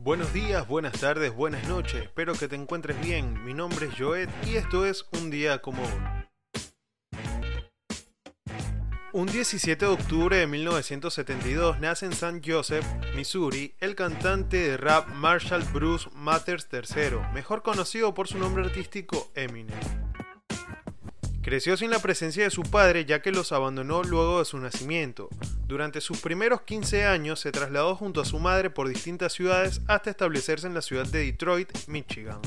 Buenos días, buenas tardes, buenas noches, espero que te encuentres bien. Mi nombre es Joet y esto es Un Día Como Hoy. Un 17 de octubre de 1972 nace en St. Joseph, Missouri, el cantante de rap Marshall Bruce Mathers III, mejor conocido por su nombre artístico Eminem. Creció sin la presencia de su padre ya que los abandonó luego de su nacimiento. Durante sus primeros 15 años se trasladó junto a su madre por distintas ciudades hasta establecerse en la ciudad de Detroit, Michigan.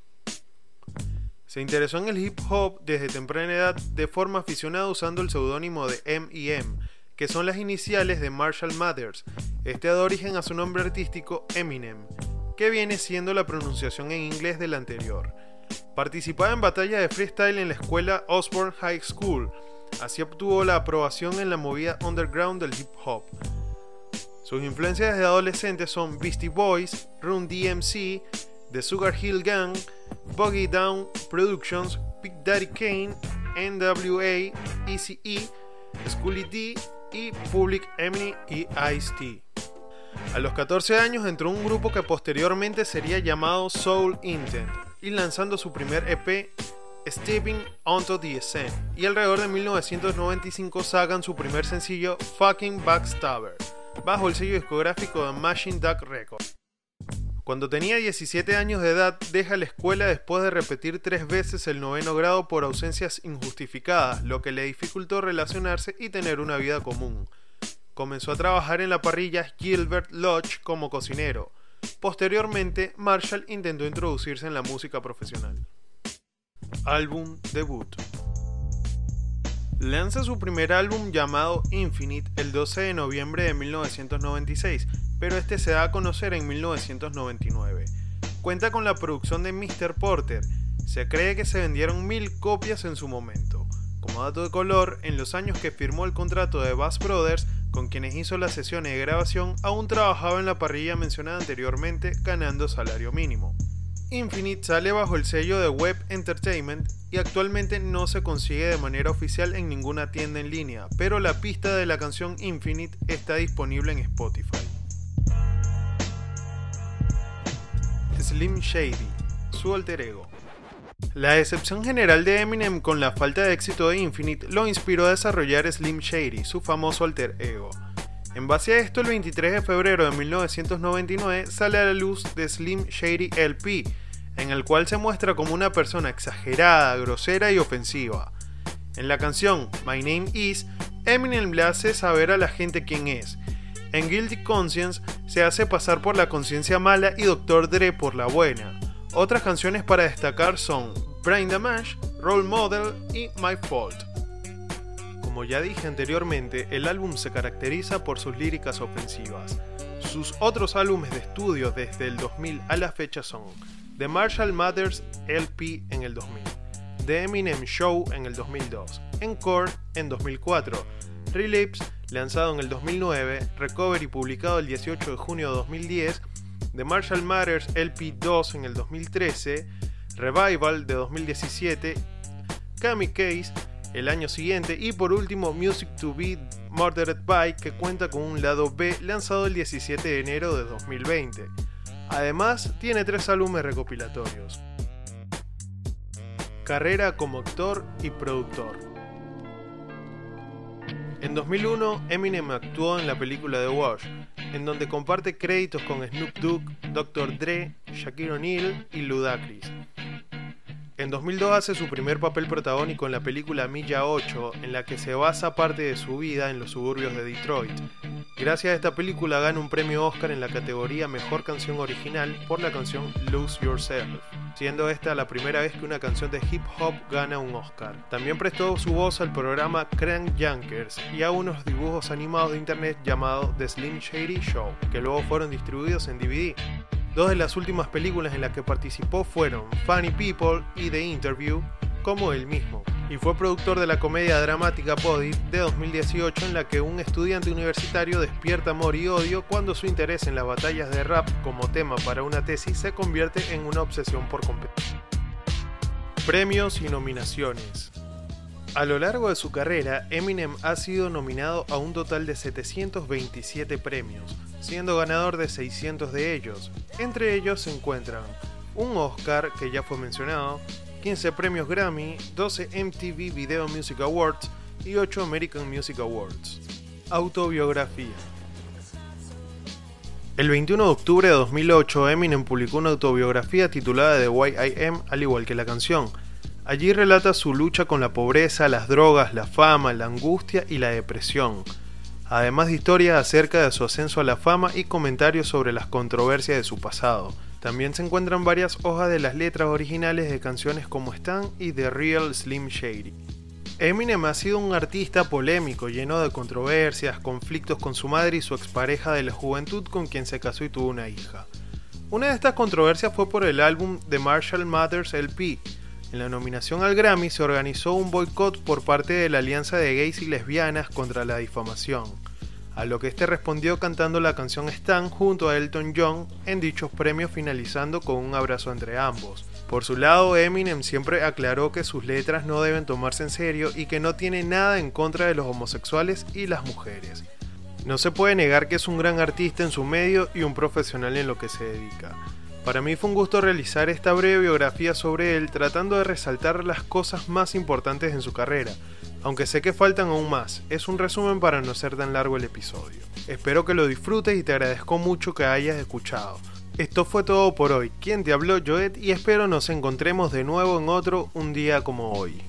Se interesó en el hip hop desde temprana edad de forma aficionada usando el seudónimo de M.E.M., que son las iniciales de Marshall Mathers. Este da origen a su nombre artístico Eminem, que viene siendo la pronunciación en inglés del anterior. Participaba en batallas de freestyle en la escuela Osborne High School. Así obtuvo la aprobación en la movida underground del hip hop. Sus influencias desde adolescente son Beastie Boys, Run DMC, The Sugar Hill Gang, Boogie Down Productions, Big Daddy Kane, NWA, Eazy-E, Schoolie D y Public Enemy y Ice-T. A los 14 años entró en un grupo que posteriormente sería llamado Soul Intent, y lanzando su primer EP, Stepping Onto the Scene, y alrededor de 1995 sacan su primer sencillo, Fucking Backstabber, bajo el sello discográfico de Machine Duck Records. Cuando tenía 17 años de edad, deja la escuela después de repetir 3 veces el 9º grado por ausencias injustificadas, lo que le dificultó relacionarse y tener una vida común. Comenzó a trabajar en la parrilla Gilbert Lodge como cocinero. Posteriormente, Marshall intentó introducirse en la música profesional. Álbum debut. Lanza su primer álbum llamado Infinite el 12 de noviembre de 1996, pero este se da a conocer en 1999. Cuenta con la producción de Mr. Porter. Se cree que se vendieron 1000 copias en su momento. Como dato de color, en los años que firmó el contrato de Bass Brothers, con quienes hizo las sesiones de grabación, aún trabajaba en la parrilla mencionada anteriormente, ganando salario mínimo. Infinite sale bajo el sello de Web Entertainment y actualmente no se consigue de manera oficial en ninguna tienda en línea, pero la pista de la canción Infinite está disponible en Spotify. Slim Shady, su alter ego. La decepción general de Eminem con la falta de éxito de Infinite lo inspiró a desarrollar Slim Shady, su famoso alter ego. En base a esto, el 23 de febrero de 1999 sale a la luz de Slim Shady LP, en el cual se muestra como una persona exagerada, grosera y ofensiva. En la canción My Name Is, Eminem le hace saber a la gente quién es. En Guilty Conscience se hace pasar por la conciencia mala y Dr. Dre por la buena. Otras canciones para destacar son Brain Damage, Role Model y My Fault. Como ya dije anteriormente, el álbum se caracteriza por sus líricas ofensivas. Sus otros álbumes de estudio desde el 2000 a la fecha son The Marshall Mathers LP en el 2000, The Eminem Show en el 2002, Encore en 2004, Relapse lanzado en el 2009, Recovery publicado el 18 de junio de 2010, The Marshall Mathers LP 2 en el 2013, Revival de 2017, Kami Case el año siguiente y por último Music to Be Murdered By, que cuenta con un lado B lanzado el 17 de enero de 2020. Además tiene 3 álbumes recopilatorios. Carrera como actor y productor. En 2001 Eminem actuó en la película The Wash, en donde comparte créditos con Snoop Dogg, Dr. Dre, Shaquille O'Neal y Ludacris. En 2002 hace su primer papel protagónico en la película Milla 8, en la que se basa parte de su vida en los suburbios de Detroit. Gracias a esta película gana un premio Oscar en la categoría Mejor Canción Original por la canción Lose Yourself, siendo esta la primera vez que una canción de hip hop gana un Oscar. También prestó su voz al programa Crank Yankers y a unos dibujos animados de internet llamados The Slim Shady Show, que luego fueron distribuidos en DVD. 2 de las últimas películas en las que participó fueron Funny People y The Interview, como él mismo, y fue productor de la comedia dramática Body de 2018, en la que un estudiante universitario despierta amor y odio cuando su interés en las batallas de rap como tema para una tesis se convierte en una obsesión por competir. Premios y nominaciones. A lo largo de su carrera, Eminem ha sido nominado a un total de 727 premios, siendo ganador de 600 de ellos. Entre ellos se encuentran un Oscar, que ya fue mencionado, 15 premios Grammy, 12 MTV Video Music Awards y 8 American Music Awards. Autobiografía. El 21 de octubre de 2008, Eminem publicó una autobiografía titulada The Why I Am, al igual que la canción. Allí relata su lucha con la pobreza, las drogas, la fama, la angustia y la depresión, además de historias acerca de su ascenso a la fama y comentarios sobre las controversias de su pasado. También se encuentran varias hojas de las letras originales de canciones como Stan y The Real Slim Shady. Eminem ha sido un artista polémico, lleno de controversias, conflictos con su madre y su expareja de la juventud con quien se casó y tuvo una hija. Una de estas controversias fue por el álbum The Marshall Mathers LP. En la nominación al Grammy se organizó un boicot por parte de la Alianza de Gays y Lesbianas contra la difamación, a lo que este respondió cantando la canción Stan junto a Elton John en dichos premios, finalizando con un abrazo entre ambos. Por su lado, Eminem siempre aclaró que sus letras no deben tomarse en serio y que no tiene nada en contra de los homosexuales y las mujeres. No se puede negar que es un gran artista en su medio y un profesional en lo que se dedica. Para mí fue un gusto realizar esta breve biografía sobre él, tratando de resaltar las cosas más importantes en su carrera, aunque sé que faltan aún más. Es un resumen para no ser tan largo el episodio. Espero que lo disfrutes y te agradezco mucho que hayas escuchado. Esto fue todo por hoy. Quien te habló, Joet, y espero nos encontremos de nuevo en otro un día como hoy.